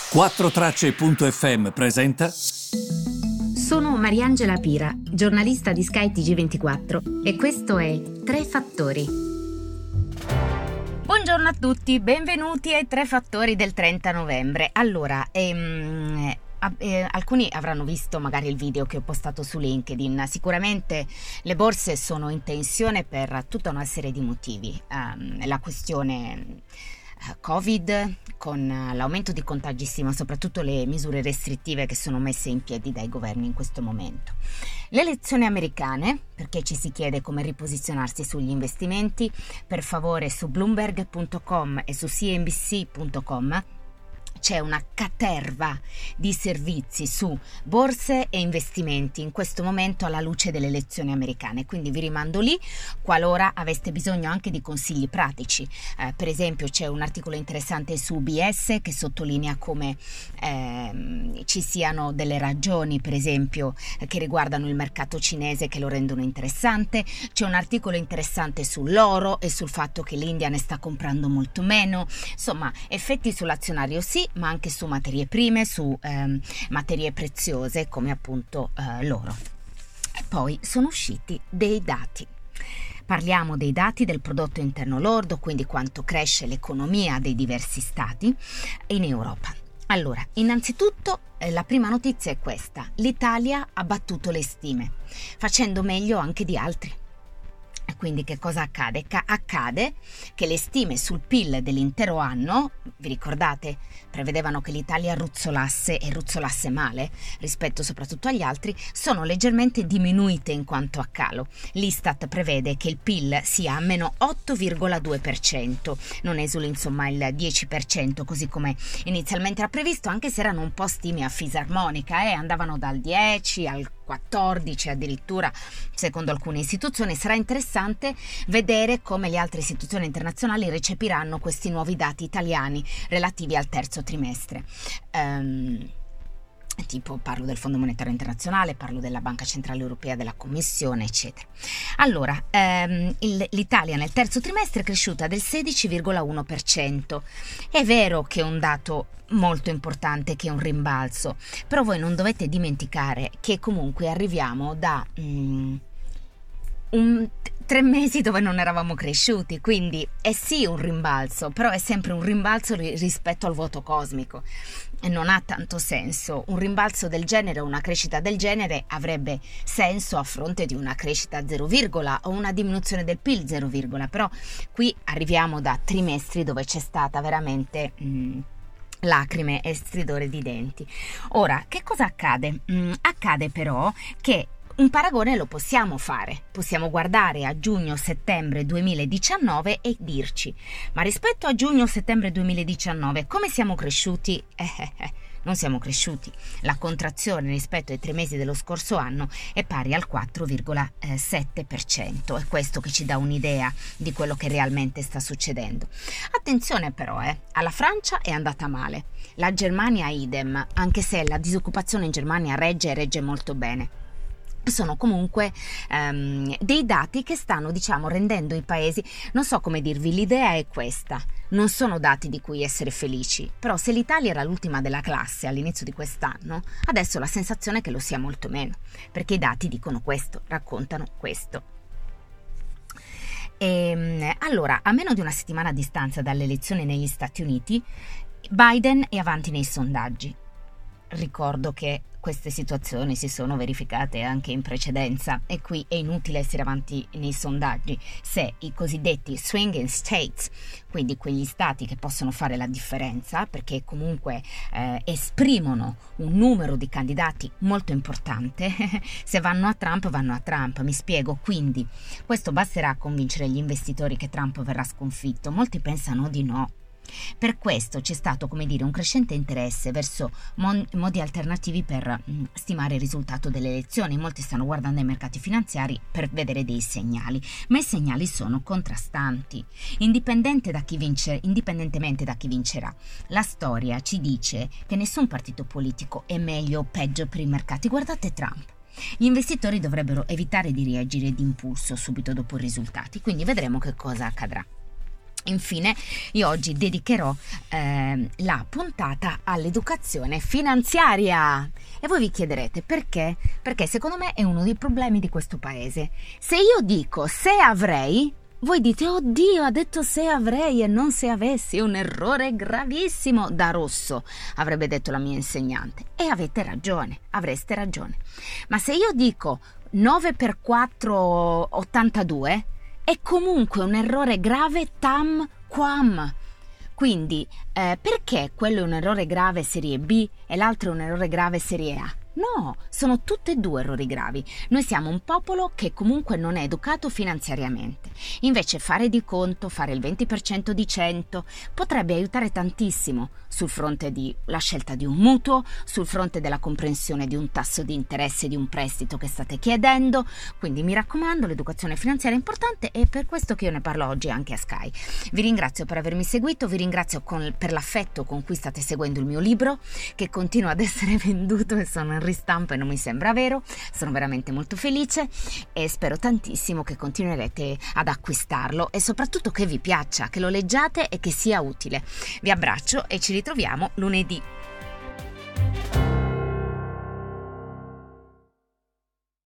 4Tracce.fm presenta. Sono Mariangela Pira, giornalista di Sky TG24 e questo è Tre Fattori. Buongiorno a tutti, benvenuti ai Tre Fattori del 30 novembre. Allora, alcuni avranno visto magari il video che ho postato su LinkedIn. Sicuramente le borse sono in tensione per tutta una serie di motivi. La questione Covid, con l'aumento di contagissimi, ma soprattutto le misure restrittive che sono messe in piedi dai governi in questo momento. Le elezioni americane, perché ci si chiede come riposizionarsi sugli investimenti, per favore su Bloomberg.com e su CNBC.com c'è una caterva di servizi su borse e investimenti in questo momento alla luce delle elezioni americane, quindi vi rimando lì qualora aveste bisogno anche di consigli pratici. Per esempio c'è un articolo interessante su UBS che sottolinea come ci siano delle ragioni, per esempio, che riguardano il mercato cinese che lo rendono interessante. C'è un articolo interessante sull'oro e sul fatto che l'India ne sta comprando molto meno. Insomma, effetti sull'azionario sì, ma anche su materie prime, su materie preziose come appunto l'oro. E poi sono usciti dei dati. Parliamo dei dati del prodotto interno lordo, quindi quanto cresce l'economia dei diversi stati in Europa. Allora, innanzitutto la prima notizia è questa: l'Italia ha battuto le stime, facendo meglio anche di altri. E quindi che cosa accade? Accade che le stime sul PIL dell'intero anno, vi ricordate, prevedevano che l'Italia ruzzolasse e ruzzolasse male rispetto soprattutto agli altri, sono leggermente diminuite in quanto a calo. L'Istat prevede che il PIL sia a meno 8,2%, non esuli insomma il 10% così come inizialmente era previsto, anche se erano un po' stime a fisarmonica, andavano dal 10 al 14 addirittura secondo alcune istituzioni. Sarà interessante vedere come le altre istituzioni internazionali recepiranno questi nuovi dati italiani relativi al terzo trimestre. Tipo parlo del Fondo Monetario Internazionale, parlo della Banca Centrale Europea, della Commissione, eccetera. Allora, l'Italia nel terzo trimestre è cresciuta del 16,1%. È vero che è un dato molto importante, che è un rimbalzo, però voi non dovete dimenticare che comunque arriviamo da 3 mesi dove non eravamo cresciuti, quindi è sì un rimbalzo, però è sempre un rimbalzo rispetto al vuoto cosmico e non ha tanto senso. Un rimbalzo del genere, una crescita del genere avrebbe senso a fronte di una crescita 0, o una diminuzione del PIL 0, però qui arriviamo da trimestri dove c'è stata veramente lacrime e stridore di denti. Ora, che cosa accade? Accade però che un paragone lo possiamo fare, possiamo guardare a giugno-settembre 2019 e dirci: ma rispetto a giugno-settembre 2019 come siamo cresciuti? Non siamo cresciuti. La contrazione rispetto ai 3 mesi dello scorso anno è pari al 4,7%. È questo che ci dà un'idea di quello che realmente sta succedendo. Attenzione però, alla Francia è andata male, la Germania idem, anche se la disoccupazione in Germania regge molto bene. Sono comunque dei dati che stanno, rendendo i paesi, non so come dirvi, l'idea è questa: non sono dati di cui essere felici, però se l'Italia era l'ultima della classe all'inizio di quest'anno, adesso la sensazione è che lo sia molto meno, perché i dati dicono questo, raccontano questo. Allora, a meno di una settimana a distanza dalle elezioni negli Stati Uniti, Biden è avanti nei sondaggi. Ricordo che queste situazioni si sono verificate anche in precedenza e qui è inutile essere avanti nei sondaggi se i cosiddetti swinging states, quindi quegli stati che possono fare la differenza perché comunque esprimono un numero di candidati molto importante, se vanno a Trump, mi spiego. Quindi questo basterà a convincere gli investitori che Trump verrà sconfitto. Molti pensano di no. Per questo c'è stato, un crescente interesse verso modi alternativi per stimare il risultato delle elezioni. Molti stanno guardando ai mercati finanziari per vedere dei segnali, ma i segnali sono contrastanti. Indipendentemente da chi vincerà, la storia ci dice che nessun partito politico è meglio o peggio per i mercati. Guardate Trump. Gli investitori dovrebbero evitare di reagire d'impulso subito dopo i risultati, quindi vedremo che cosa accadrà. Infine, io oggi dedicherò la puntata all'educazione finanziaria. E voi vi chiederete perché? Perché secondo me è uno dei problemi di questo paese. Se io dico se avrei, voi dite oddio, ha detto se avrei e non se avessi, è un errore gravissimo, da rosso, avrebbe detto la mia insegnante. E avete ragione, avreste ragione. Ma se io dico 9 per 4, 82, è comunque un errore grave tam quam. Quindi perché quello è un errore grave serie B e l'altro è un errore grave serie A? No, sono tutte e due errori gravi. Noi siamo un popolo che comunque non è educato finanziariamente. Invece fare di conto, fare il 20% di 100 potrebbe aiutare tantissimo sul fronte della scelta di un mutuo, sul fronte della comprensione di un tasso di interesse di un prestito che state chiedendo. Quindi mi raccomando, l'educazione finanziaria è importante e per questo che io ne parlo oggi anche a Sky. Vi ringrazio per avermi seguito, vi ringrazio per l'affetto con cui state seguendo il mio libro, che continua ad essere venduto e sono in ristampa e non mi sembra vero. Sono veramente molto felice e spero tantissimo che continuerete ad acquistarlo e soprattutto che vi piaccia, che lo leggiate e che sia utile. Vi abbraccio e ci ritroviamo lunedì.